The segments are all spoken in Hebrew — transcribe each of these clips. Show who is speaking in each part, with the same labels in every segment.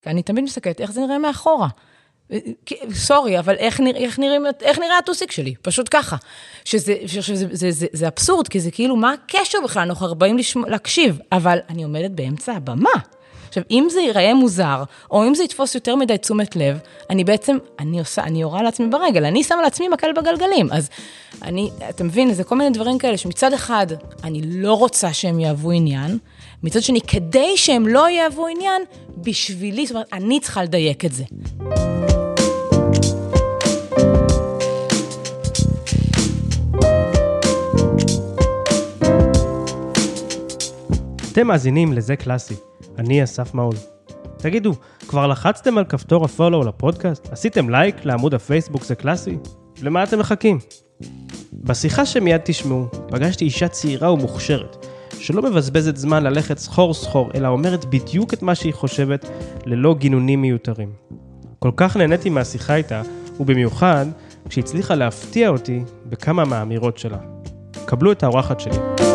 Speaker 1: אני תמיד מסתכלת, איך זה נראה מאחורה? סורי, אבל איך נראה הטוסיק שלי? פשוט ככה. שזה אבסורד, כי זה כאילו, מה הקשר בכלל? אנחנו 40 להקשיב, אבל אני עומדת באמצע הבמה. עכשיו, אם זה ייראה מוזר, או אם זה יתפוס יותר מדי תשומת לב, אני יורה לעצמי ברגל, אני שמה לעצמי מקל בגלגלים. אז אתה מבין, זה כל מיני דברים כאלה, שמצד אחד, אני לא רוצה שהם יאהבו עניין, מצד שני, כדי שהם לא יאהבו עניין, בשבילי, זאת אומרת, אני צריכה לדייק את זה.
Speaker 2: אתם מאזינים לזה קלאסי. אני אסף מעוז. תגידו, כבר לחצתם על כפתור הפולו לפודקאסט? עשיתם לייק לעמוד הפייסבוק זה קלאסי? למה אתם מחכים? בשיחה שמיד תשמעו, פגשתי אישה צעירה ומוכשרת, שלא מבזבזת זמן ללכת סחור, אלא אומרת בדיוק את מה שהיא חושבת, ללא גינונים מיותרים. כל כך נהניתי מהשיחה איתה, ובמיוחד כשהצליחה להפתיע אותי בכמה מהאמירות שלה. קבלו את האורחת שלי.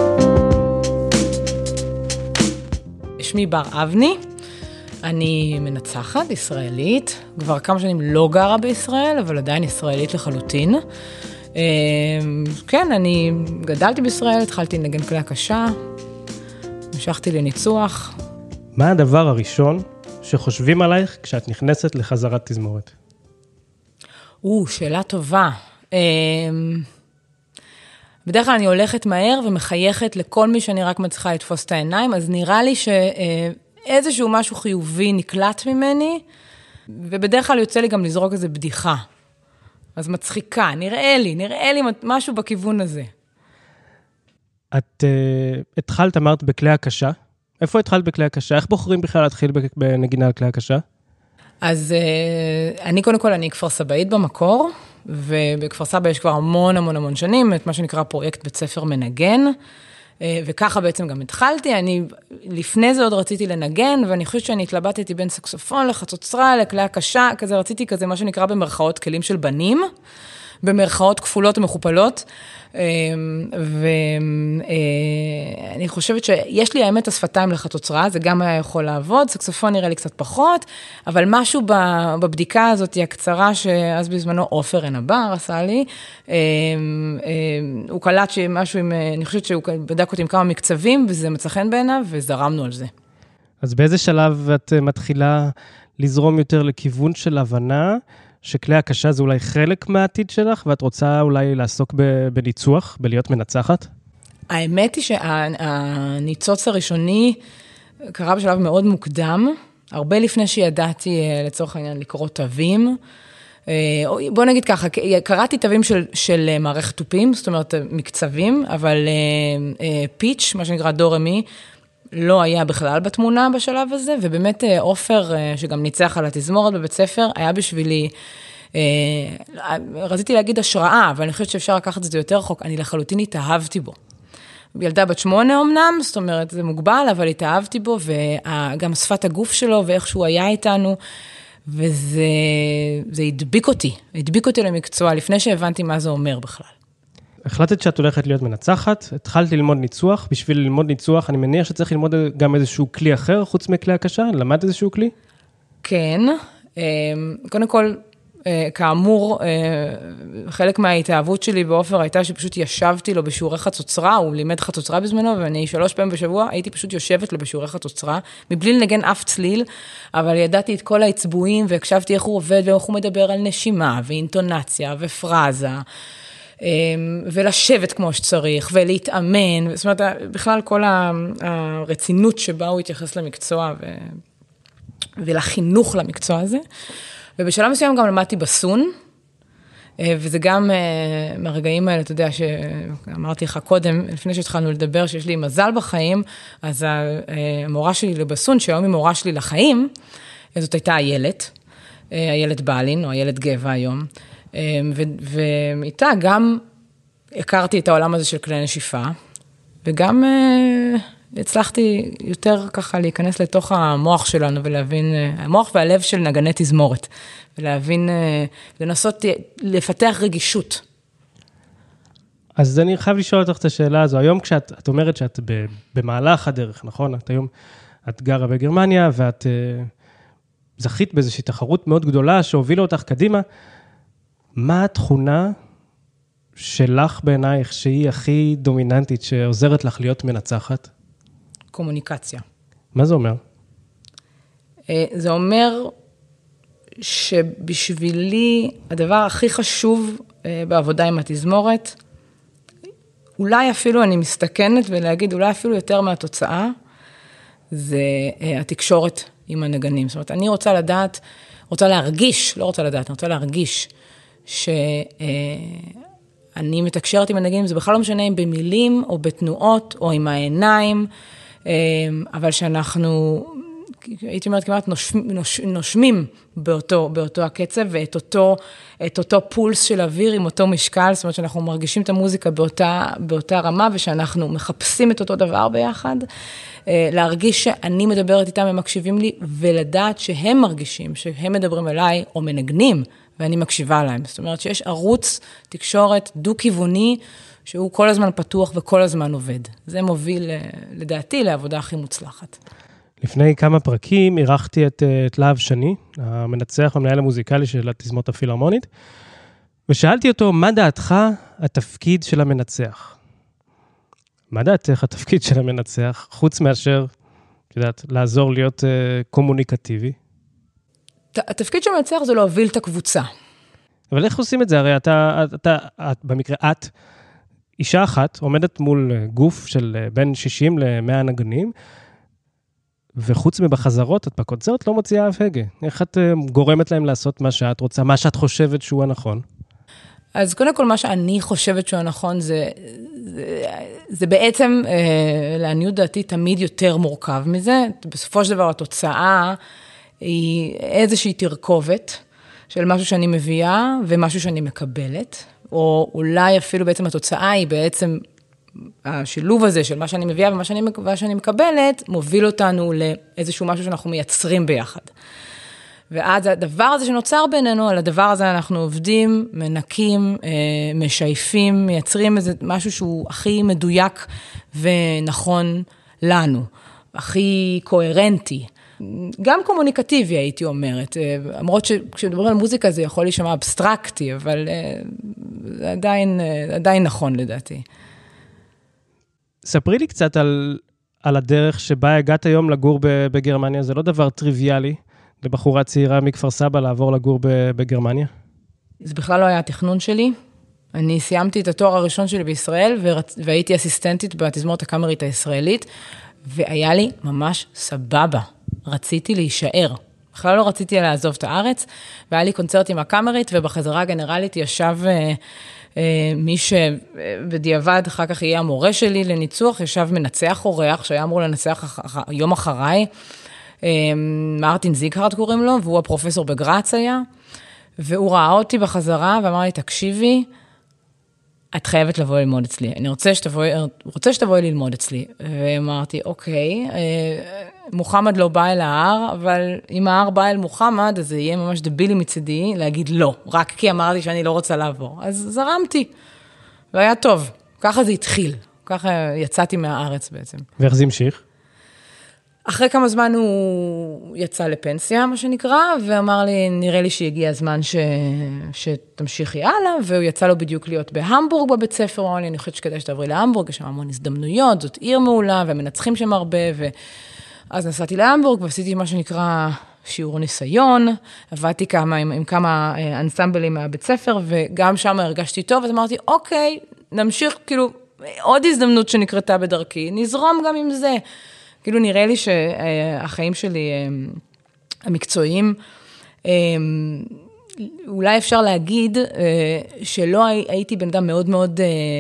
Speaker 1: שמי בר אבני, אני מנצחת, ישראלית, כבר כמה שנים לא גרה בישראל, אבל עדיין ישראלית לחלוטין. כן, אני גדלתי בישראל, התחלתי לנגן כלי הקשה, המשכתי לניצוח.
Speaker 2: מה הדבר הראשון שחושבים עלייך כשאת נכנסת לחזרת תזמורת?
Speaker 1: שאלה טובה. בדרך כלל אני הולכת מהר ומחייכת לכל מי שאני רק מצליחה לתפוס את העיניים, אז נראה לי שאיזשהו משהו חיובי נקלט ממני, ובדרך כלל יוצא לי גם לזרוק איזו בדיחה. אז מצחיקה, נראה לי משהו בכיוון הזה.
Speaker 2: את התחלת, אמרת, בכלי הקשה. איפה התחלת בכלי הקשה? איך בוחרים בכלל להתחיל בנגינה על כלי הקשה?
Speaker 1: אז אני קודם כל, אני כפר סבאית במקור, ובכפר סבא יש כבר המון שנים, את מה שנקרא פרויקט בית ספר מנגן, וככה בעצם גם התחלתי, אני לפני זה עוד רציתי לנגן, ואני חושבת שאני התלבטתי בין סקסופון לחצוצרה, לכלי הקשה, כזה רציתי כזה מה שנקרא במרכאות כלים של בנים, במרכאות כפולות ומכופלות, ואני חושבת שיש לי האמת השפתיים לחצוצרה, זה גם היה יכול לעבוד, סקסופון נראה לי קצת פחות, אבל משהו בבדיקה הזאת היא הקצרה, שאז בזמנו עופר ענבר עשה לי, הוא קלט שמשהו אני חושבת שהוא בדק אותי עם כמה מקצבים, וזה מצא חן בעיניו, וזרמנו על זה.
Speaker 2: אז באיזה שלב את מתחילה לזרום יותר לכיוון של הבנה, שכלי הקשה זה אולי חלק מהעתיד שלך, ואת רוצה אולי לעסוק בניצוח, בלהיות מנצחת?
Speaker 1: האמת היא שהניצוץ הראשוני קרה בשלב מאוד מוקדם, הרבה לפני שידעתי לצורך העניין לקרוא תווים. בוא נגיד ככה, קראתי תווים של מערכת תופים, זאת אומרת מקצבים, אבל פיץ', מה שנקרא דו רמי, לא היה בכלל בתמונה בשלב הזה, ובאמת עופר, שגם ניצח על התזמורת בבית ספר, היה בשבילי, רציתי להגיד השראה, אבל אני חושבת שאפשר לקחת את זה יותר רחוק, אני לחלוטין התאהבתי בו. ילדה בת 8 אמנם, זאת אומרת, זה מוגבל, אבל התאהבתי בו, וגם שפת הגוף שלו, ואיך שהוא היה איתנו, וזה הדביק אותי למקצוע, לפני שהבנתי מה זה אומר בכלל.
Speaker 2: החלטת שאת הולכת להיות מנצחת, התחלת ללמוד ניצוח, בשביל ללמוד ניצוח, אני מניח שצריך ללמוד גם איזשהו כלי אחר, חוץ מכלי הקשה, למד איזשהו כלי?
Speaker 1: כן, קודם כל, כאמור, חלק מההתאהבות שלי בעופר הייתה שפשוט ישבתי לו בשיעורי חצוצרה, הוא לימד חצוצרה בזמנו, ואני 3 פעמים בשבוע הייתי פשוט יושבת לו בשיעורי חצוצרה, מבלי לנגן אף צליל, אבל ידעתי את כל העצבועים, והקשבתי איך הוא עובד, ואיך הוא מדבר על נשימה, ואינטונציה, ופרזה, ולשבת כמו שצריך, ולהתאמן, זאת אומרת, בכלל כל הרצינות שבה הוא התייחס למקצוע, ולחינוך למקצוע הזה, ובשלב מסוים גם למדתי בסון, וזה גם מהרגעים האלה, אתה יודע, שאמרתי לך קודם, לפני שהתחלנו לדבר, שיש לי מזל בחיים, אז המורה שלי לבסון, שהיום היא מורה שלי לחיים, זאת הייתה איילת בעלין, או איילת גבע היום, ואיתה גם הכרתי את העולם הזה של כלי נשיפה, וגם הצלחתי יותר ככה להיכנס לתוך המוח שלנו, ולהבין, המוח והלב של נגני תזמורת, ולהבין, לנסות לפתח רגישות.
Speaker 2: אז אני חייב לשאול אותך את השאלה הזו, היום כשאת אומרת שאת במהלך הדרך, נכון? את גרה בגרמניה, ואת זכית באיזושהי תחרות מאוד גדולה שהובילה אותך קדימה. מה התכונה שלך בעינייך שהיא הכי דומיננטית, שעוזרת לך להיות מנצחת?
Speaker 1: קומוניקציה.
Speaker 2: מה זה אומר?
Speaker 1: זה אומר שבשבילי הדבר הכי חשוב בעבודה עם התזמורת, אולי אפילו אני מסתכנת ולהגיד, אולי אפילו יותר מהתוצאה, זה התקשורת עם הנגנים. זאת אומרת, אני רוצה לדעת, רוצה להרגיש, לא רוצה לדעת, אני רוצה להרגיש שאני מתקשרת עם הנגנים, זה בכלל לא משנה אם במילים או בתנועות או עם העיניים, אבל שאנחנו, הייתי אומרת כמעט, נושמים באותו הקצב, ואת אותו פולס של אוויר עם אותו משקל, זאת אומרת שאנחנו מרגישים את המוזיקה באותה רמה, ושאנחנו מחפשים את אותו דבר ביחד, להרגיש שאני מדברת איתם, הם מקשיבים לי, ולדעת שהם מרגישים, שהם מדברים אליי, או מנגנים, ואני מקשיבה להם. זאת אומרת שיש ערוץ תקשורת דו-כיווני, שהוא כל הזמן פתוח וכל הזמן עובד. זה מוביל, לדעתי, לעבודה הכי מוצלחת.
Speaker 2: לפני כמה פרקים אירחתי את להב שני, המנצח והמנהל המוזיקלי של התזמורת הפילהרמונית, ושאלתי אותו, מה דעתך התפקיד של המנצח? מה דעתך התפקיד של המנצח, חוץ מאשר, יודעת, לעזור להיות קומוניקטיבי?
Speaker 1: התפקיד של המנצח זה להוביל את הקבוצה.
Speaker 2: אבל איך עושים את זה? הרי במקרה את, אישה אחת, עומדת מול גוף של בין 60 ל-100 נגנים, וחוץ מבחזרות, את בקונצרט לא מוציאה אף הגה. איך את גורמת להם לעשות מה שאת רוצה, מה שאת חושבת שהוא הנכון?
Speaker 1: אז קודם כל, מה שאני חושבת שהוא הנכון, זה בעצם, לעניות דעתי, תמיד יותר מורכב מזה. בסופו של דבר, התוצאה היא איזושהי תרכובת של משהו שאני מביאה, ומשהו שאני מקבלת, או אולי אפילו בעצם התוצאה היא בעצם, השילוב הזה של מה שאני מביאה ומה שאני מקבלת, מוביל אותנו לאיזשהו משהו שאנחנו מייצרים ביחד. ואז הדבר הזה שנוצר בינינו, על הדבר הזה אנחנו עובדים, מנקים, משייפים, מייצרים איזה משהו שהוא הכי מדויק ונכון לנו, הכי קוהרנטי. גם קומוניקטיבי הייתי אומרת, למרות שכשמדברים על מוזיקה זה יכול להישמע אבסטרקטי, אבל זה עדיין נכון לדעתי.
Speaker 2: ספרי לי קצת על הדרך שבה הגעת היום לגור בגרמניה, זה לא דבר טריוויאלי לבחורה צעירה מכפר סבא לעבור לגור בגרמניה?
Speaker 1: זה בכלל לא היה התכנון שלי. אני סיימתי את התואר הראשון שלי בישראל, והייתי אסיסטנטית בתזמורת הקאמרית הישראלית, והיה לי ממש סבבה. רציתי להישאר. בכלל לא רציתי לעזוב את הארץ, והיה לי קונצרט עם הקאמרית, ובחזרה הגנרלית ישב מי שבדיעבד אחר כך יהיה המורה שלי לניצוח, ישב מנצח אורח, שהיה אמור לנצח יום אחריי, מרטין זיגהרד קוראים לו, והוא הפרופסור בגרץ היה, והוא ראה אותי בחזרה, ואמר לי, תקשיבי, את חייבת לבוא ללמוד אצלי, אני רוצה שתבואי ללמוד אצלי, ואמרתי, אוקיי, מוחמד לא בא אל ההר, אבל אם ההר בא אל מוחמד, אז זה יהיה ממש דבילי מצידי, להגיד לא, רק כי אמרתי שאני לא רוצה לעבור, אז זרמתי, והיה טוב, ככה זה התחיל, ככה יצאתי מהארץ בעצם.
Speaker 2: ואיך זה המשיך?
Speaker 1: אחרי כמה זמן הוא יצא לפנסיה, מה שנקרא, ואמר לי, נראה לי שהגיע הזמן שתמשיכי הלאה, והוא יצא לו בדיוק להיות בהמבורג בבית ספר, הוא אמר לי, אני חושבת שכדאי שתעברי להמבורג, יש שם המון הזדמנויות, זאת עיר מעולה, ומנצחים שם הרבה, ואז נסעתי להמבורג, ועשיתי מה שנקרא שיעור ניסיון, עבדתי עם כמה אנסמבלים מהבית ספר, וגם שם הרגשתי טוב, אז אמרתי, אוקיי, נמשיך, כאילו, עוד הזדמנות שנקרתה בדרכי, נזרום גם עם זה. כאילו נראה לי שהחיים שלי המקצועיים, אולי אפשר להגיד שלא הייתי בן אדם מאוד מאוד,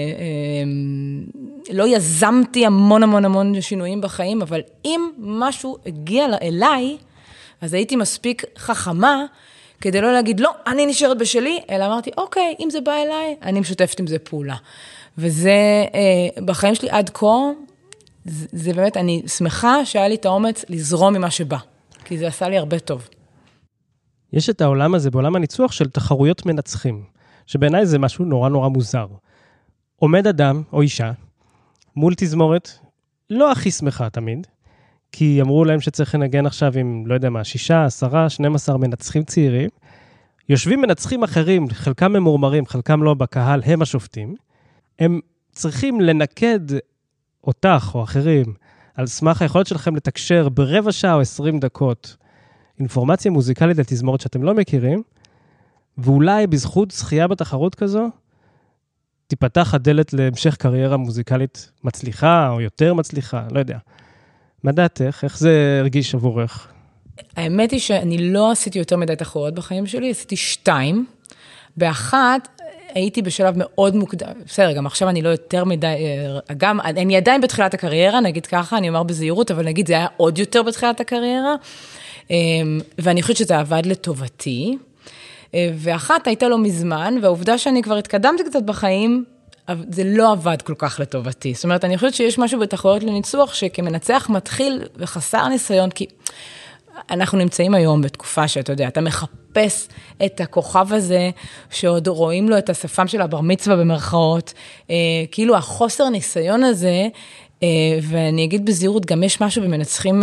Speaker 1: לא יזמתי המון שינויים בחיים, אבל אם משהו הגיע אליי, אז הייתי מספיק חכמה, כדי לא להגיד, לא, אני נשארת בשלי, אלא אמרתי, אוקיי, אם זה בא אליי, אני משותפת עם זה פעולה. וזה בחיים שלי עד כה, זה באמת, אני שמחה שהיה לי את האומץ לזרום ממה שבא, כי זה עשה לי הרבה טוב.
Speaker 2: יש את העולם הזה, בעולם הניצוח של תחרויות מנצחים, שבעיניי זה משהו נורא מוזר. עומד אדם או אישה, מול תזמורת, לא הכי שמחה תמיד, כי אמרו להם שצריך לנגן עכשיו עם, לא יודע מה, 6, 10, 12 מנצחים צעירים, יושבים מנצחים אחרים, חלקם ממורמרים, חלקם לא בקהל, הם השופטים, הם צריכים לנקד אותך או אחרים, על סמך היכולת שלכם לתקשר ברבע שעה או 20 דקות, אינפורמציה מוזיקלית על תזמורת שאתם לא מכירים, ואולי בזכות זכייה בתחרות כזו, תיפתח הדלת להמשך קריירה מוזיקלית מצליחה, או יותר מצליחה, לא יודע. מה דעתך? איך זה הרגיש עבורך?
Speaker 1: האמת היא שאני לא עשיתי יותר מדי תחרויות בחיים שלי, עשיתי 2. באחת הייתי בשלב מאוד מוקדם, בסדר, גם עכשיו אני לא יותר מדי, גם אני עדיין בתחילת הקריירה, נגיד ככה, אני אומר בזהירות, אבל נגיד זה היה עוד יותר בתחילת הקריירה, ואני חושבת שזה עבד לטובתי, ואחת הייתה לא מזמן, והעובדה שאני כבר התקדמתי קצת בחיים, זה לא עבד כל כך לטובתי. זאת אומרת, אני חושבת שיש משהו בתחרויות לניצוח, שכמנצח מתחיל וחסר ניסיון, כי אנחנו נמצאים היום בתקופה שאתה יודע, אתה מחפש את הכוכב הזה, שעוד רואים לו את השפם של הבר מצווה במרכאות, כאילו החוסר ניסיון הזה, ואני אגיד בזהירות, גם יש משהו במנצחים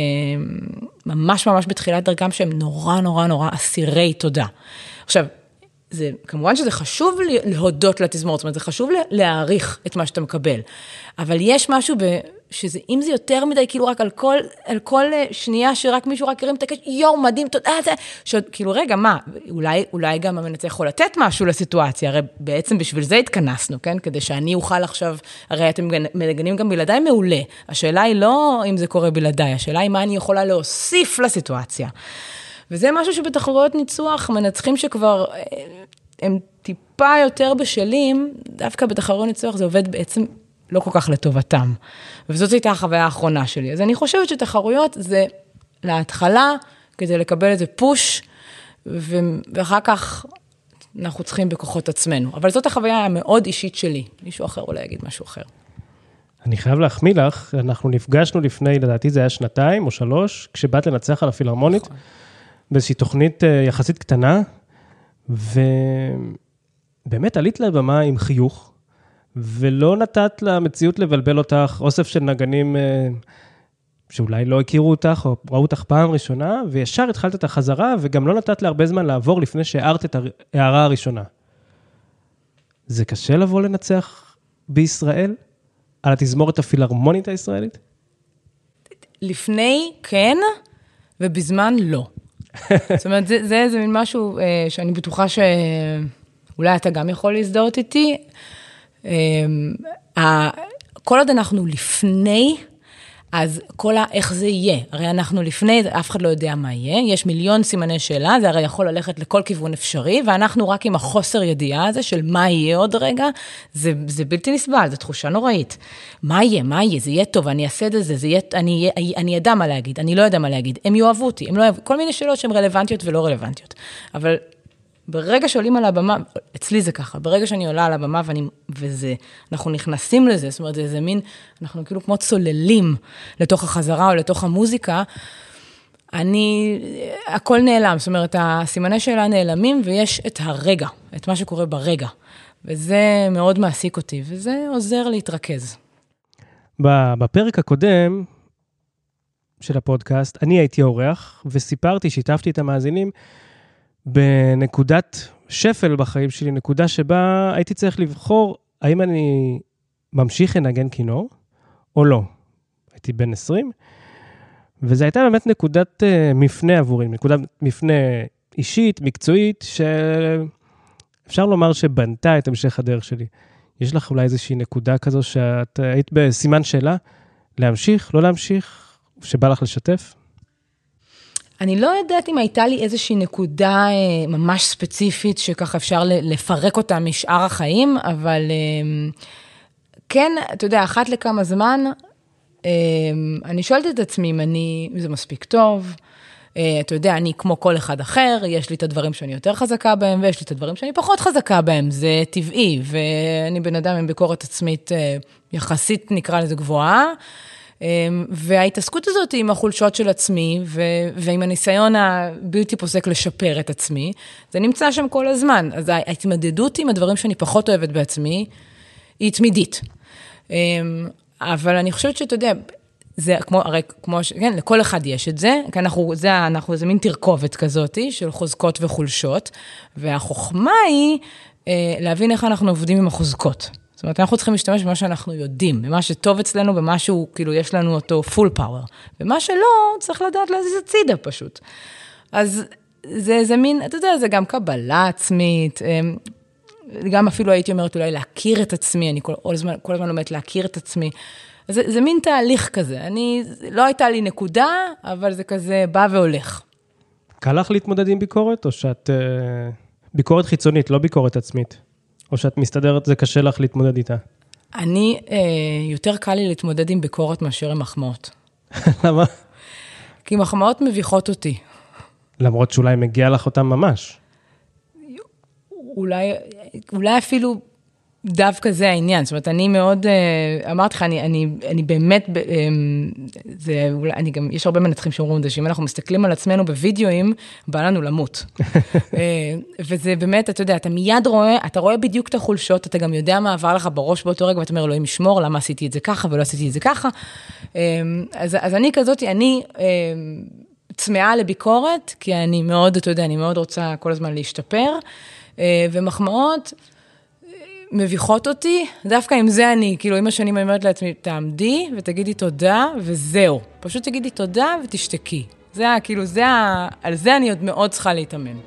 Speaker 1: ממש ממש בתחילת דרכם, שהם נורא נורא נורא אסירי תודה. עכשיו, כמובן שזה חשוב להודות לתזמורת, זאת אומרת, זה חשוב להעריך את מה שאתה מקבל, אבל יש משהו שזה, אם זה יותר מדי, כאילו רק על כל שנייה שרק מישהו רק ירים את הקש, יואו, מדהים, תודה, כאילו רגע, מה, אולי גם המנצח יכול לתת משהו לסיטואציה, הרי בעצם בשביל זה התכנסנו, כן? כדי שאני אוכל עכשיו, הרי אתם מנגנים גם בלעדיי מעולה, השאלה היא לא אם זה קורה בלעדיי, השאלה היא מה אני יכולה להוסיף לסיטואציה. וזה משהו שבתחרויות ניצוח, מנצחים שכבר הם טיפה יותר בשלים, דווקא בתחרויות ניצוח זה עובד בעצם לא כל כך לטובתם. וזאת הייתה החוויה האחרונה שלי. אז אני חושבת שתחרויות זה להתחלה, כדי לקבל איזה פוש, ואחר כך אנחנו צריכים בכוחות עצמנו. אבל זאת החוויה המאוד אישית שלי. מישהו אחר אולי יגיד משהו אחר.
Speaker 2: אני חייב להחמיא לך, אנחנו נפגשנו לפני, לדעתי זה היה 2 או 3, כשבאת לנצח על הפילהרמונית, נכון. באיזושהי תוכנית יחסית קטנה, ובאמת עלית לבמה עם חיוך, ולא נתת למציאות לבלבל אותך, אוסף של נגנים שאולי לא הכירו אותך, או ראו אותך פעם ראשונה, וישר התחלת את החזרה, וגם לא נתת להרבה זמן לעבור לפני שהערת את ההערה הראשונה. זה קשה לבוא לנצח בישראל, על התזמורת הפילהרמונית הישראלית?
Speaker 1: לפני כן, ובזמן לא. זאת אומרת, זה מין משהו שאני בטוחה שאולי אתה גם יכול להזדהות איתי. כל עוד אנחנו לפני, אז איך זה יהיה? הרי אנחנו לפני, אף אחד לא יודע מה יהיה, יש מיליון סימני שאלה, זה הרי יכול ללכת לכל כיוון אפשרי, ואנחנו רק עם החוסר ידיעה הזה של מה יהיה עוד רגע, זה בלתי נסבל, זו תחושה נוראית. מה יהיה? זה יהיה טוב, אני אעשה את זה, אני ידע מה להגיד, אני לא יודע מה להגיד, הם יאהבו אותי, הם לא יאהבו, כל מיני שאלות שהן רלוונטיות ולא רלוונטיות. אבל ברגע שעולים על הבמה, אצלי זה ככה, ברגע שאני עולה על הבמה, אנחנו נכנסים לזה, זאת אומרת, זה מין, אנחנו כאילו כמו צוללים לתוך החזרה או לתוך המוזיקה, הכל נעלם, זאת אומרת, הסימני שאלה נעלמים, ויש את הרגע, את מה שקורה ברגע, וזה מאוד מעסיק אותי, וזה עוזר להתרכז.
Speaker 2: בפרק הקודם של הפודקאסט, אני הייתי אורח, וסיפרתי, שיתפתי את המאזינים, בנקודת שפל בחיים שלי, נקודה שבה הייתי צריך לבחור האם אני ממשיך לנגן כינור או לא. הייתי בן 20, וזו הייתה באמת נקודת מפנה עבורי, נקודת מפנה אישית, מקצועית, שאפשר לומר שבנתה את המשך הדרך שלי. יש לך אולי איזושהי נקודה כזו שאת היית בסימן שאלה, להמשיך, לא להמשיך, שבא לך לשתף?
Speaker 1: אני לא יודעת אם הייתה לי איזושהי נקודה ממש ספציפית, שככה אפשר לפרק אותה משאר החיים, אבל כן, אתה יודע, אחת לכמה זמן, אני שואלת את עצמי אם זה מספיק טוב, אתה יודע, אני כמו כל אחד אחר, יש לי את הדברים שאני יותר חזקה בהם, ויש לי את הדברים שאני פחות חזקה בהם, זה טבעי, ואני בן אדם עם ביקורת עצמית יחסית נקרא לזה גבוהה, וההתעסקות הזאת עם החולשות של עצמי, ועם הניסיון הבלתי פוסק לשפר את עצמי, זה נמצא שם כל הזמן. אז ההתמודדות עם הדברים שאני פחות אוהבת בעצמי, היא תמידית. אבל אני חושבת שאתה יודע, זה כמו, הרי כמו, כן, לכל אחד יש את זה, כי זה מין תרכובת כזאת של חוזקות וחולשות, והחוכמה היא להבין איך אנחנו עובדים עם החוזקות. זאת אומרת, אנחנו צריכים להשתמש במה שאנחנו יודעים, במה שטוב אצלנו, במה שהוא, כאילו, יש לנו אותו full power, ומה שלא, צריך לדעת להזיז הצידה פשוט. אז זה מין, אתה יודע, זה גם קבלה עצמית, גם אפילו הייתי אומרת אולי להכיר את עצמי, אני כל הזמן לומדת להכיר את עצמי, זה מין תהליך כזה, לא הייתה לי נקודה, אבל זה כזה בא והולך.
Speaker 2: קל לך להתמודד עם ביקורת, או שאת ביקורת חיצונית, לא ביקורת עצמית? או שאת מסתדרת, זה קשה לך להתמודד איתה?
Speaker 1: יותר קל לי להתמודד עם ביקורת מאשר עם מחמאות.
Speaker 2: למה?
Speaker 1: כי מחמאות מביכות אותי.
Speaker 2: למרות שאולי מגיע לך אותם ממש.
Speaker 1: אולי אפילו דווקא זה העניין. זאת אומרת, אני מאוד, אמרתי לך, אני באמת, יש הרבה מנתחים שאומרים את זה, שאם אנחנו מסתכלים על עצמנו בווידאוים, בא לנו למות. וזה באמת, אתה יודע, אתה מיד רואה, אתה רואה בדיוק את החולשות, אתה גם יודע מה עבר לך בראש באותו רגע, ואתה אומר, אלוהים ישמור, למה עשיתי את זה ככה, ולא עשיתי את זה ככה. אז אני כזאת, אני צמאה לביקורת, כי אני מאוד, אתה יודע, אני מאוד רוצה כל הזמן להשתפר, ומחמאות מביכות אותי, דווקא עם זה אני, כאילו עם השנים אני אומרת לעצמי, תעמדי ותגידי תודה, וזהו. פשוט תגידי תודה ותשתקי. זה כאילו, על זה אני עוד מאוד צריכה להתאמן.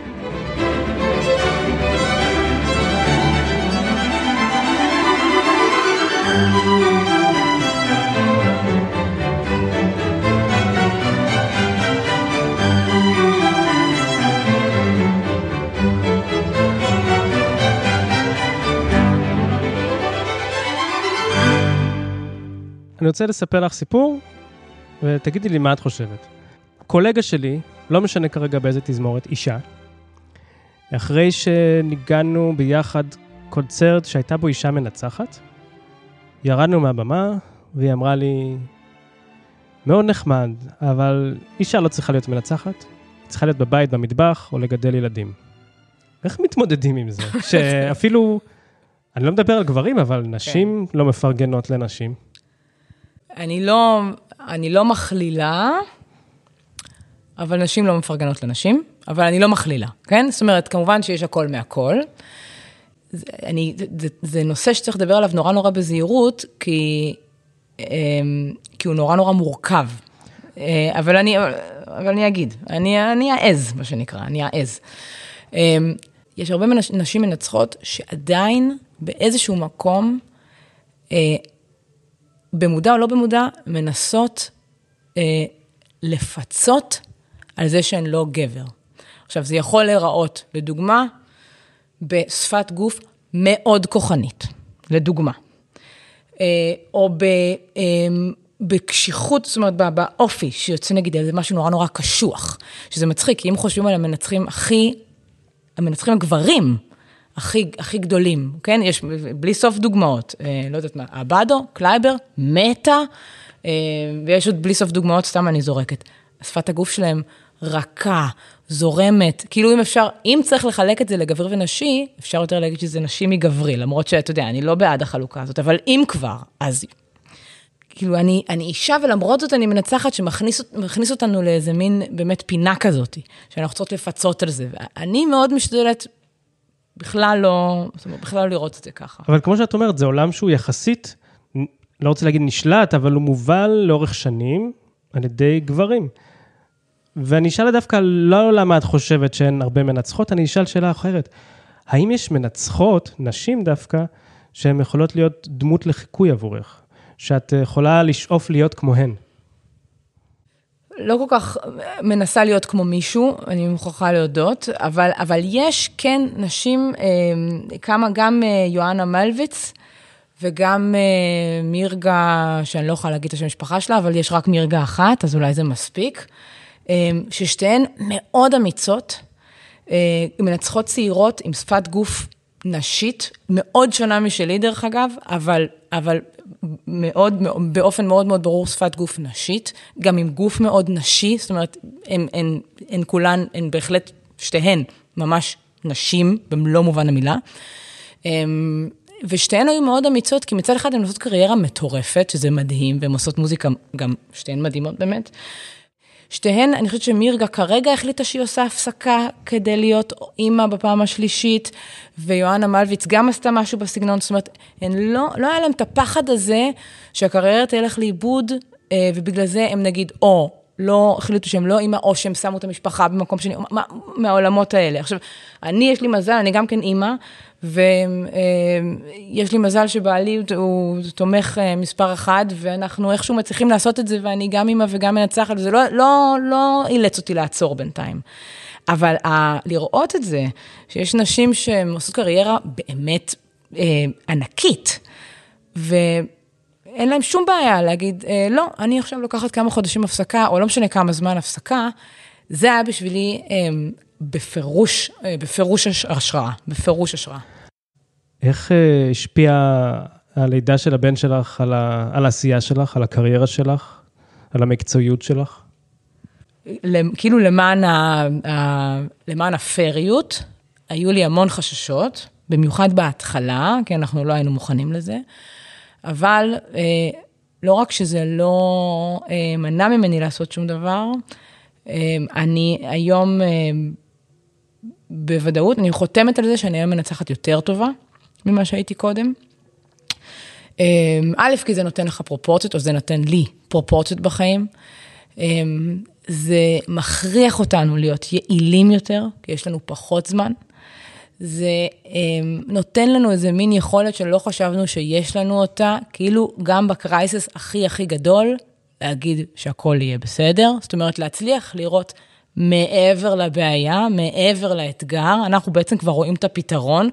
Speaker 2: אני רוצה לספר לך סיפור, ותגידי לי מה את חושבת. קולגה שלי, לא משנה כרגע באיזה תזמורת, אישה, אחרי שניגענו ביחד קונצרט שהייתה בו אישה מנצחת, ירדנו מהבמה, והיא אמרה לי, מאוד נחמד, אבל אישה לא צריכה להיות מנצחת, היא צריכה להיות בבית, במטבח, או לגדל ילדים. איך מתמודדים עם זה? שאפילו, אני לא מדבר על גברים, אבל נשים לא מפרגנות לנשים.
Speaker 1: אני לא מכלילה, אבל נשים לא מפרגנות לנשים, אבל אני לא מכלילה, כן? זאת אומרת, כמובן שיש הכל מהכל. זה נושא שצריך לדבר עליו נורא נורא בזהירות, כי הוא נורא נורא מורכב. אבל אני אגיד, אני אעז, מה שנקרא, אני אעז. יש הרבה נשים מנצחות שעדיין באיזשהו מקום, במודע או לא במודע, מנסות לפצות על זה שהן לא גבר. עכשיו, זה יכול להיראות, לדוגמה, בשפת גוף מאוד כוחנית, לדוגמה. או בקשיחות, זאת אומרת, באופי, שיוצא נגיד, זה משהו נורא נורא קשוח, שזה מצחיק, כי אם חושבים על המנצחים המנצחים הגברים, הכי גדולים, כן? יש בלי סוף דוגמאות, לא יודעת מה, אבדו, קלייבר, מטה, ויש עוד בלי סוף דוגמאות, סתם אני זורקת. שפת הגוף שלהם רכה, זורמת, כאילו אם צריך לחלק את זה לגבר ונשי, אפשר יותר להגיד שזה נשי מגברי, למרות שאתה יודע, אני לא בעד החלוקה הזאת, אבל אם כבר, אז כאילו אני אישה ולמרות זאת אני מנצחת שמכניס אותנו לאיזה מין באמת פינה כזאת, שאנחנו רוצות לפצות על זה, ואני מאוד משתדלת בכלל לא לראות את זה ככה.
Speaker 2: אבל כמו שאת אומרת, זה עולם שהוא יחסית, לא רוצה להגיד נשלט, אבל הוא מובל לאורך שנים על ידי גברים. ואני אשאל דווקא לא למה את חושבת שהן הרבה מנצחות, אני אשאל שאלה אחרת. האם יש מנצחות, נשים דווקא, שהן יכולות להיות דמות לחיקוי עבורך? שאת יכולה לשאוף להיות כמוהן?
Speaker 1: לא כל כך מנסה להיות כמו מישהו, אני מוכרחה להודות, אבל יש כן נשים, גם יואנה מלוויץ, וגם מירגה, שאני לא יכולה להגיד את השם המשפחה שלה, אבל יש רק מירגה אחת, אז אולי זה מספיק, ששתיהן מאוד אמיצות, מנצחות צעירות עם שפת גוף נשית, מאוד שונה משלי דרך אגב, אבל באופן מאוד מאוד ברור שפת גוף נשית, גם עם גוף מאוד נשי, זאת אומרת, הן כולן, הן בהחלט שתיהן ממש נשים, במלוא מובן המילה, ושתיהן היו מאוד אמיצות, כי מצד אחד הן עושות קריירה מטורפת, שזה מדהים, והן עושות מוזיקה, גם שתיהן מדהימות באמת. שתיהן, אני חושבת שמירגה כרגע החליטה שהיא עושה הפסקה, כדי להיות אימא בפעם השלישית, ויואנה מלוויץ גם עשתה משהו בסגנון, זאת אומרת, לא היה להם את הפחד הזה, שהקריירה תלך לאיבוד, ובגלל זה הם נגיד, או לא החליטו שהם לא אימא, או שהם שמו את המשפחה במקום שני, מהעולמות האלה. עכשיו, יש לי מזל, אני גם כן אימא, ויש לי מזל שבעלי הוא תומך מספר אחד, ואנחנו איכשהו מצליחים לעשות את זה, ואני גם אימא וגם מנצחת, וזה לא אילץ אותי לעצור בינתיים. אבל לראות את זה, שיש נשים שהן עושות קריירה באמת ענקית, אין להם שום בעיה להגיד, לא, אני עכשיו לוקחת כמה חודשים הפסקה, או לא משנה כמה זמן הפסקה, זה היה בשבילי בפירוש השראה, בפירוש השראה.
Speaker 2: איך השפיעה הלידה של הבן שלך על העשייה שלך, על הקריירה שלך, על המקצועיות שלך?
Speaker 1: כאילו למען הפריות, היו לי המון חששות, במיוחד בהתחלה, כי אנחנו לא היינו מוכנים לזה, אבל לא רק שזה לא מנע ממני לעשות שום דבר, אני היום בוודאות, אני חותמת על זה שאני היום מנצחת יותר טובה ממה שהייתי קודם. א', כי זה נותן לך פרופורציות, או זה נותן לי פרופורציות בחיים. זה מכריח אותנו להיות יעילים יותר, כי יש לנו פחות זמן. זה נותן לנו איזה מין יכולת שלא חשבנו שיש לנו אותה, כאילו גם בקרייסס הכי הכי גדול, להגיד שהכל יהיה בסדר, זאת אומרת להצליח לראות מעבר לבעיה, מעבר לאתגר, אנחנו בעצם כבר רואים את הפתרון,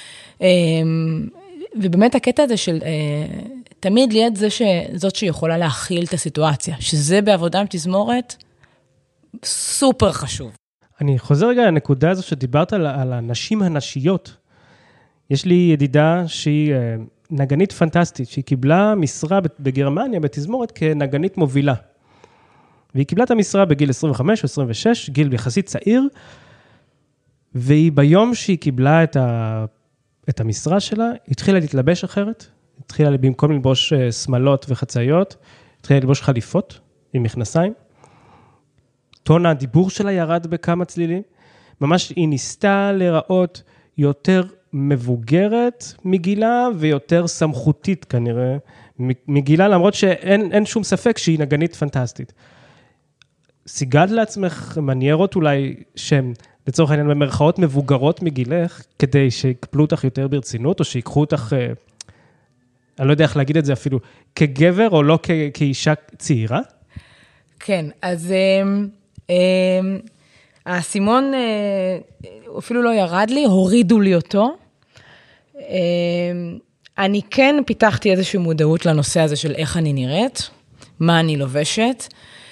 Speaker 1: ובאמת הקטע הזה של תמיד ליד זאת שיכולה להכיל את הסיטואציה, שזה בעבודה עם תזמורת סופר חשוב.
Speaker 2: אני חוזר רגע לנקודה הזו שדיברת על הנשים הנשיות. יש לי ידידה שהיא נגנית פנטסטית, שהיא קיבלה משרה בגרמניה בתזמורת כנגנית מובילה. והיא קיבלה את המשרה בגיל 25 או 26, גיל יחסית צעיר, והיא ביום שהיא קיבלה את המשרה שלה, התחילה להתלבש אחרת, התחילה במקום ללבוש שמלות וחצאיות, התחילה ללבוש חליפות עם מכנסיים, טון הדיבור שלה ירד בכמה צלילים, ממש היא ניסתה לראות יותר מבוגרת מגילה, ויותר סמכותית כנראה מגילה, למרות שאין שום ספק שהיא נגנית פנטסטית. סיגלת לעצמך מניירות אולי שהן לצורך העניין במרכאות מבוגרות מגילך, כדי שיקפלו אותך יותר ברצינות, או שיקחו אותך, אני לא יודע איך להגיד את זה אפילו, כגבר או לא כאישה צעירה?
Speaker 1: כן, אז הסימון אפילו לא ירד לי, הורידו לי אותו. אני כן פיתחתי איזושהי מודעות לנושא הזה של איך אני נראית, מה אני לובשת,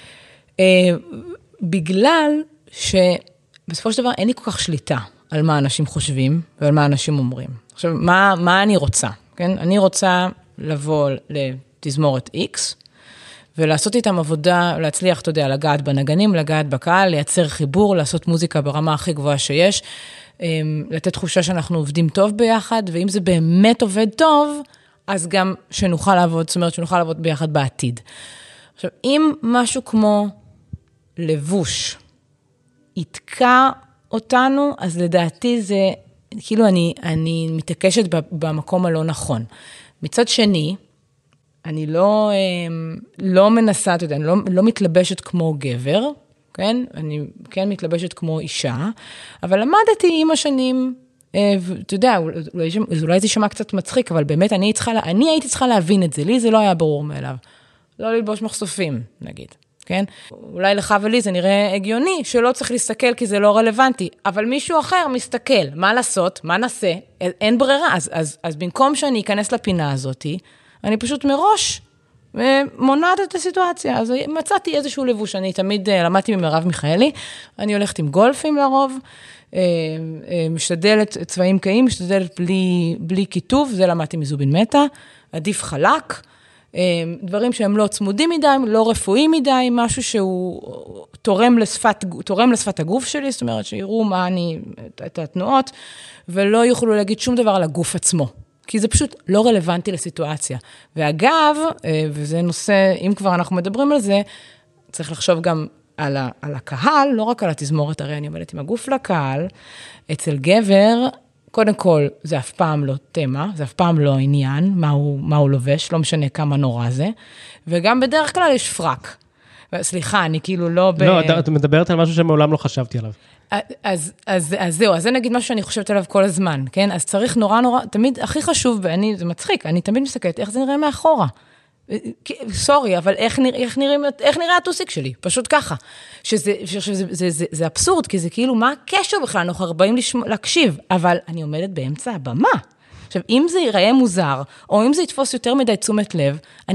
Speaker 1: בגלל שבסופו של דבר אין לי כל כך שליטה על מה אנשים חושבים ועל מה אנשים אומרים. עכשיו, מה אני רוצה? כן? אני רוצה לבוא לתזמורת X, ולעשות איתם עבודה, להצליח, אתה יודע, לגעת בנגנים, לגעת בקהל, לייצר חיבור, לעשות מוזיקה ברמה הכי גבוהה שיש, לתת תחושה שאנחנו עובדים טוב ביחד, ואם זה באמת עובד טוב, אז גם שנוכל לעבוד, זאת אומרת, שנוכל לעבוד ביחד בעתיד. עכשיו, אם משהו כמו לבוש יתקע אותנו, אז לדעתי זה, כאילו אני מתעקשת במקום הלא נכון. מצד שני, אני לא מנסה, אתה יודע, אני לא מתלבשת כמו גבר, כן? אני כן מתלבשת כמו אישה, אבל למדתי עם השנים, אתה יודע, אולי זה שמע קצת מצחיק, אבל באמת אני הייתי צריכה להבין את זה, לי זה לא היה ברור מאליו. לא ללבוש מחשופים, נגיד, כן? אולי לך ולי זה נראה הגיוני, שלא צריך להסתכל כי זה לא רלוונטי, אבל מישהו אחר מסתכל, מה לעשות, מה נעשה, אין ברירה, אז במקום שאני אכנס לפינה הזאת, אני פשוט מראש מונעת את הסיטואציה, אז מצאתי איזשהו לבוש, אני תמיד למדתי ממרב מיכאלי, אני הולכת עם גולפים לרוב, משתדלת צבעים קיים, משתדלת בלי כיתוב, זה למדתי מזובין מטה, עדיף חלק, דברים שהם לא צמודים מדי, לא רפואיים מדי, משהו שהוא תורם לשפת הגוף שלי, זאת אומרת שיראו מה את התנועות, ולא יוכלו להגיד שום דבר על הגוף עצמו. כי זה פשוט לא רלוונטי לסיטואציה. ואגב, וזה נושא, אם כבר אנחנו מדברים על זה, צריך לחשוב גם על הקהל, לא רק על התזמורת, הרי אני עומדת עם הגוף לקהל, אצל גבר, קודם כל, זה אף פעם לא תמה, זה אף פעם לא עניין, מה הוא לובש, לא משנה כמה נורא זה, וגם בדרך כלל יש פרק. סליחה, אני כאילו לא
Speaker 2: לא, את מדברת על משהו שמעולם לא חשבתי עליו.
Speaker 1: אז זהו, אז זה נגיד משהו שאני חושבת עליו כל הזמן, כן? אז צריך נורא, תמיד, הכי חשוב, ואני, זה מצחיק, אני תמיד מסתכלת, איך זה נראה מאחורה. סורי, אבל איך נראה הטוסיק שלי? פשוט ככה. שזה אבסורד, כי זה כאילו, מה הקשר בכלל? אנחנו 40 להקשיב, אבל אני עומדת באמצע הבמה. עכשיו, אם זה ייראה מוזר, או אם זה יתפוס יותר מדי תשומת לב,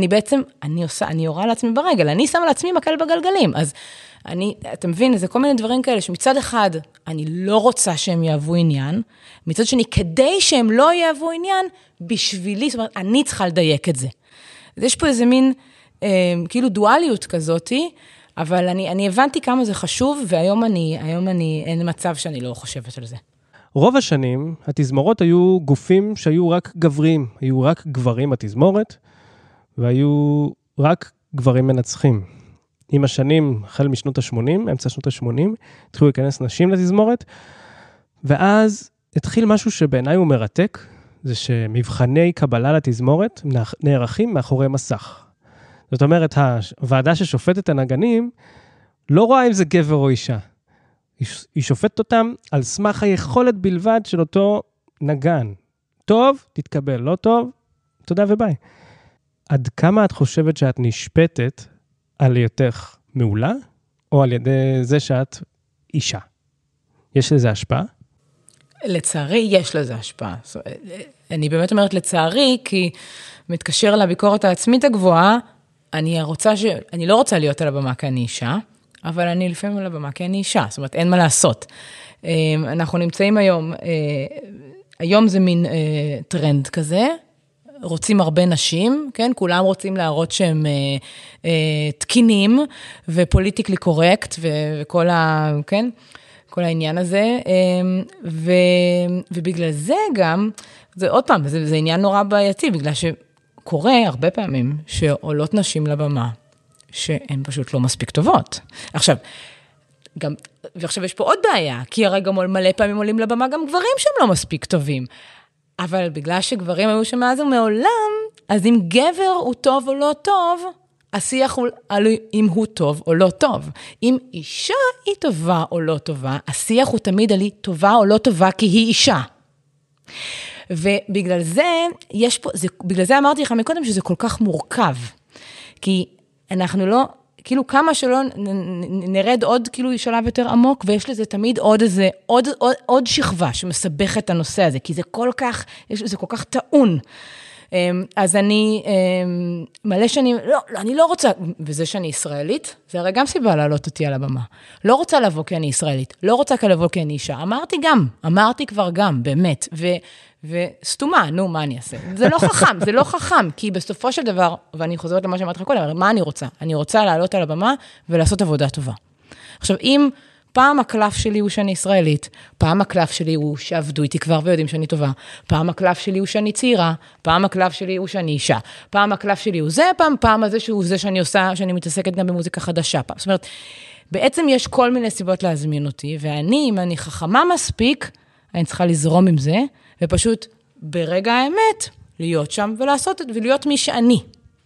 Speaker 1: אני יורה לעצמי ברגל, אני שמה לעצמי מקל בגלגלים, אז אתה מבין, זה כל מיני דברים כאלה, שמצד אחד, אני לא רוצה שהם יאהבו עניין, מצד שני, כדי שהם לא יאהבו עניין, בשבילי, זאת אומרת, אני צריכה לדייק את זה. אז יש פה איזה מין, כאילו דואליות כזאתי, אבל אני הבנתי כמה זה חשוב, והיום אין מצב שאני לא חושבת על זה.
Speaker 2: רוב השנים, התזמורות היו גופים שהיו רק גברים, היו רק גברים התזמורת, והיו רק גברים מנצחים. עם השנים, החל משנות ה-80, אמצע שנות ה-80, התחילו להיכנס נשים לתזמורת, ואז התחיל משהו שבעיניי הוא מרתק, זה שמבחני קבלה לתזמורת נערכים מאחורי מסך. זאת אומרת, הוועדה ששופטת הנגנים, לא רואה אם זה גבר או אישה. היא שופטת אותם על סמך היכולת בלבד של אותו נגן. טוב, תתקבל, לא טוב, תודה וביי. עד כמה את חושבת שאת נשפטת על היותך מעולה, או על ידי זה שאת אישה? יש לזה השפעה?
Speaker 1: לצערי, יש לזה השפעה. אני באמת אומרת לצערי, כי מתקשר לביקורת העצמית הגבוהה, אני לא רוצה להיות על הבמה כי אני אישה, אבל אני לפעמים על הבמה כי אני אישה, זאת אומרת, אין מה לעשות. אנחנו נמצאים היום זה מין טרנד כזה, רוצים הרבה נשים, כן? כולם רוצים להראות שהם תקינים, ופוליטיקלי קורקט, וכל כן? כל העניין הזה, ובגלל זה גם, זה עוד פעם, זה עניין נורא בעייתי, בגלל שקורה הרבה פעמים שעולות נשים לבמה, שהן פשוט לא מספיק טובות. ועכשיו יש פה עוד בעיה, כי הרי גם מלא פעמים עולים לבמה גם גברים שהם לא מספיק טובים, אבל בגלל שגברים היו שם מאז ומעולם, אז אם גבר הוא טוב או לא טוב, השיח הוא על אם הוא טוב או לא טוב. אם אישה היא טובה או לא טובה, השיח הוא תמיד על היא טובה או לא טובה, כי היא אישה. ובגלל זה, בגלל זה אמרתי לך מקודם שזה כל כך מורכב. כי אנחנו לא, כאילו כמה שלא נרד עוד כאילו שלב יותר עמוק, ויש לזה תמיד עוד שכבה שמסבך את הנושא הזה, כי זה כל כך טעון. אז אני מלא שנים, לא, אני לא רוצה, וזה שאני ישראלית, זה הרי גם סיבה לעלות אותי על הבמה. לא רוצה לבוא כי אני ישראלית, לא רוצה לבוא כי אני אישה. אמרתי כבר גם, באמת, וסתומה, נו, מה אני אעשה? זה לא חכם, כי בסופו של דבר, ואני חוזרת למה שאמרתי לך קודם, מה אני רוצה? אני רוצה לעלות על הבמה ולעשות עבודה טובה. עכשיו, אם פעם הקלף שלי הוא שאני ישראלית, פעם הקלף שלי הוא שעבדו איתי כבר ויודעים שאני טובה, פעם הקלף שלי הוא שאני צעירה, פעם הקלף שלי הוא שאני אישה, פעם הקלף שלי הוא זה, פעם הזה שהוא זה שאני עושה, שאני מתעסקת גם במוזיקה חדשה. זאת אומרת, בעצם יש כל מיני סיבות להזמין אותי, ואני, אם אני חכמה מספיק, אני צריכה לזרום עם זה, ופשוט ברגע האמת, להיות שם ולעשות את, ולהיות מי שאני.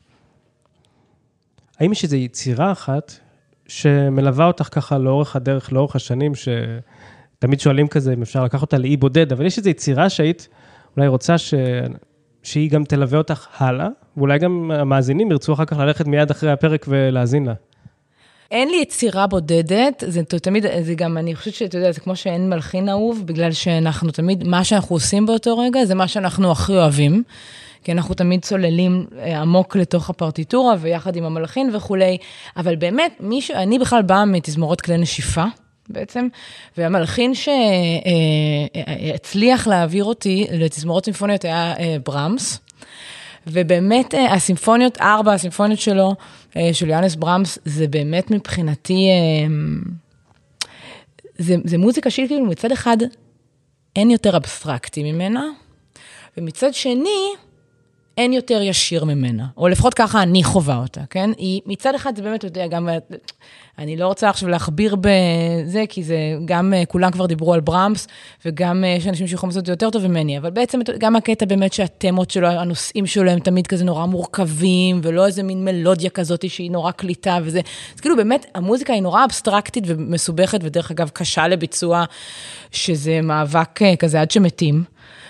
Speaker 2: האם יש איזו יצירה אחת, שמלווה אותך ככה לאורך הדרך, לאורך השנים, שתמיד שואלים כזה, אם אפשר לקח אותה לאי בודד, אבל יש איזו יצירה שהיית אולי רוצה שהיא גם תלווה אותך הלאה, ואולי גם המאזינים ירצו אחר כך ללכת מיד אחרי הפרק ולהאזין לה.
Speaker 1: אין לי יצירה בודדת, זה תמיד, זה גם, אני חושבת שאתה יודע, זה כמו שאין מלחין אהוב, בגלל שאנחנו תמיד, מה שאנחנו עושים באותו רגע, זה מה שאנחנו הכי אוהבים, כי אנחנו תמיד צוללים עמוק לתוך הפרטיטורה, ויחד עם המלחין וכולי, אבל באמת, אני בכלל באה מתזמורות כלי נשיפה, בעצם, והמלחין שהצליח להעביר אותי לתזמורות סימפוניות היה ברמס, ובאמת הסימפוניות, 4 הסימפוניות שלו, של יוהנס ברמס, זה באמת מבחינתי, זה מוזיקה שהיא כאילו מצד אחד, אין יותר אבסטרקטי ממנה, ומצד שני, אין יותר ישיר ממנה, או לפחות ככה אני חובה אותה, כן? היא, מצד אחד זה באמת, אתה יודע, גם, אני לא רוצה עכשיו להכביר בזה, כי זה גם, כולם כבר דיברו על ברמס, וגם יש אנשים שיכולים לעשות את זה יותר טוב ממני, אבל בעצם גם הקטע באמת שהתמות שלו, הנושאים שלו הם תמיד כזה נורא מורכבים, ולא איזה מין מלודיה כזאת שהיא נורא קליטה, וזה, אז כאילו באמת, המוזיקה היא נורא אבסטרקטית ומסובכת, ודרך אגב קשה לביצוע, שזה מאבק כזה עד שמתים.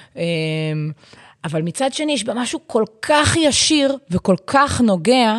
Speaker 1: אבל מצד שני, יש בה משהו כל כך ישיר וכל כך נוגע,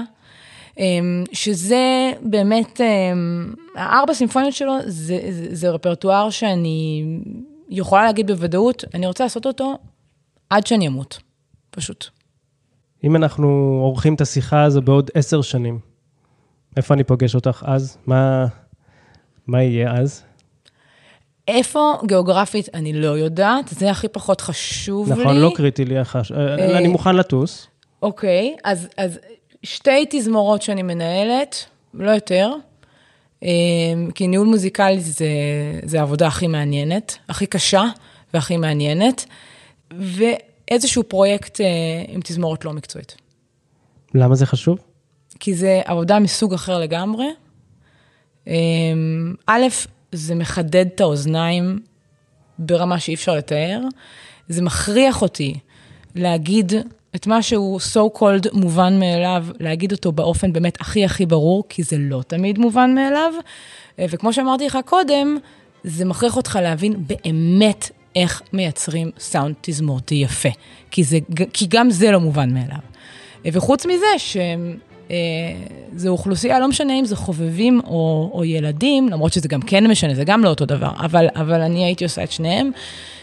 Speaker 1: שזה באמת, 4 סימפוניות שלו, זה רפרטואר שאני יכולה להגיד בוודאות, אני רוצה לעשות אותו עד שאני אמות, פשוט.
Speaker 2: אם אנחנו עורכים את השיחה הזו בעוד 10 שנים, איפה אני פוגש אותך אז? מה יהיה אז?
Speaker 1: איפה גיאוגרפית אני לא יודעת, זה הכי פחות חשוב לי.
Speaker 2: נכון, לא קריטי לי, אני מוכן לטוס.
Speaker 1: אוקיי, אז 2 תזמורות שאני מנהלת, לא יותר, כי ניהול מוזיקלי זה העבודה הכי מעניינת, הכי קשה והכי מעניינת, ואיזשהו פרויקט עם תזמורת לא מקצועית.
Speaker 2: למה זה חשוב?
Speaker 1: כי זה עבודה מסוג אחר לגמרי. א', זה מחדד את האוזניים ברמה שאי אפשר לתאר. זה מכריח אותי להגיד את מה שהוא so called מובן מאליו, להגיד אותו באופן באמת הכי הכי ברור, כי זה לא תמיד מובן מאליו. וכמו שאמרתי לך קודם, זה מכריח אותך להבין באמת איך מייצרים סאונד תזמורתי יפה. כי גם זה לא מובן מאליו. וחוץ מזה זו אוכלוסייה, לא משנה אם זה חובבים או ילדים, למרות שזה גם כן משנה, זה גם לא אותו דבר, אבל אני הייתי עושה את שניהם.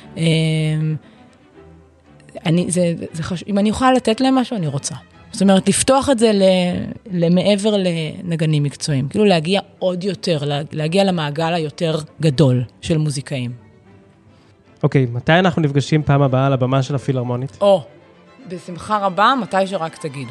Speaker 1: אם אני יכולה לתת להם משהו, אני רוצה. זאת אומרת, לפתוח את זה למעבר לנגנים מקצועיים, כאילו להגיע עוד יותר, להגיע למעגל היותר גדול של מוזיקאים.
Speaker 2: אוקיי, מתי אנחנו נפגשים פעם הבאה על הבמה של הפילהרמונית?
Speaker 1: בשמחה רבה, מתי שרק תגידו.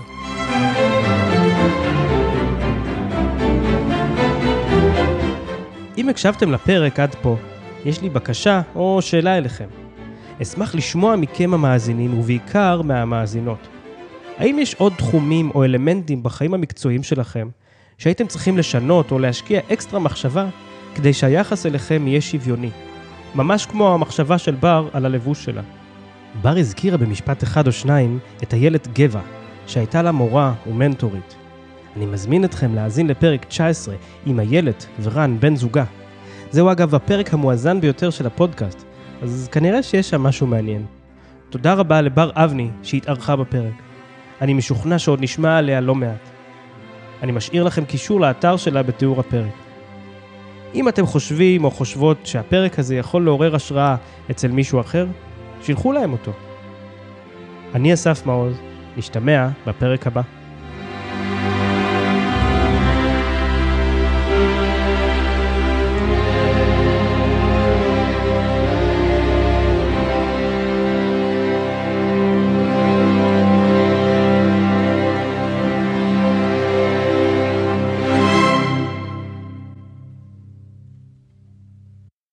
Speaker 2: אם הקשבתם לפרק עד פה, יש לי בקשה או שאלה אליכם. אשמח לשמוע מכם המאזינים ובעיקר מהמאזינות. האם יש עוד תחומים או אלמנטים בחיים המקצועיים שלכם שהייתם צריכים לשנות או להשקיע אקסטרה מחשבה כדי שהיחס אליכם יהיה שוויוני? ממש כמו המחשבה של בר על הלבוש שלה. בר הזכירה במשפט 1 או 2 את איילת גבע, שהייתה לה מורה ומנטורית. אני מזמין אתכם להאזין לפרק 19 עם איילת ורן בן זוגה. זהו אגב הפרק המואזן ביותר של הפודקאסט, אז כנראה שיש שם משהו מעניין. תודה רבה לבר אבני שהתארחה בפרק. אני משוכנע שעוד נשמע עליה לא מעט. אני משאיר לכם קישור לאתר שלה בתיאור הפרק. אם אתם חושבים או חושבות שהפרק הזה יכול לעורר השראה אצל מישהו אחר, שילחו להם אותו. אני אסף מעוז, נשתמע בפרק הבא.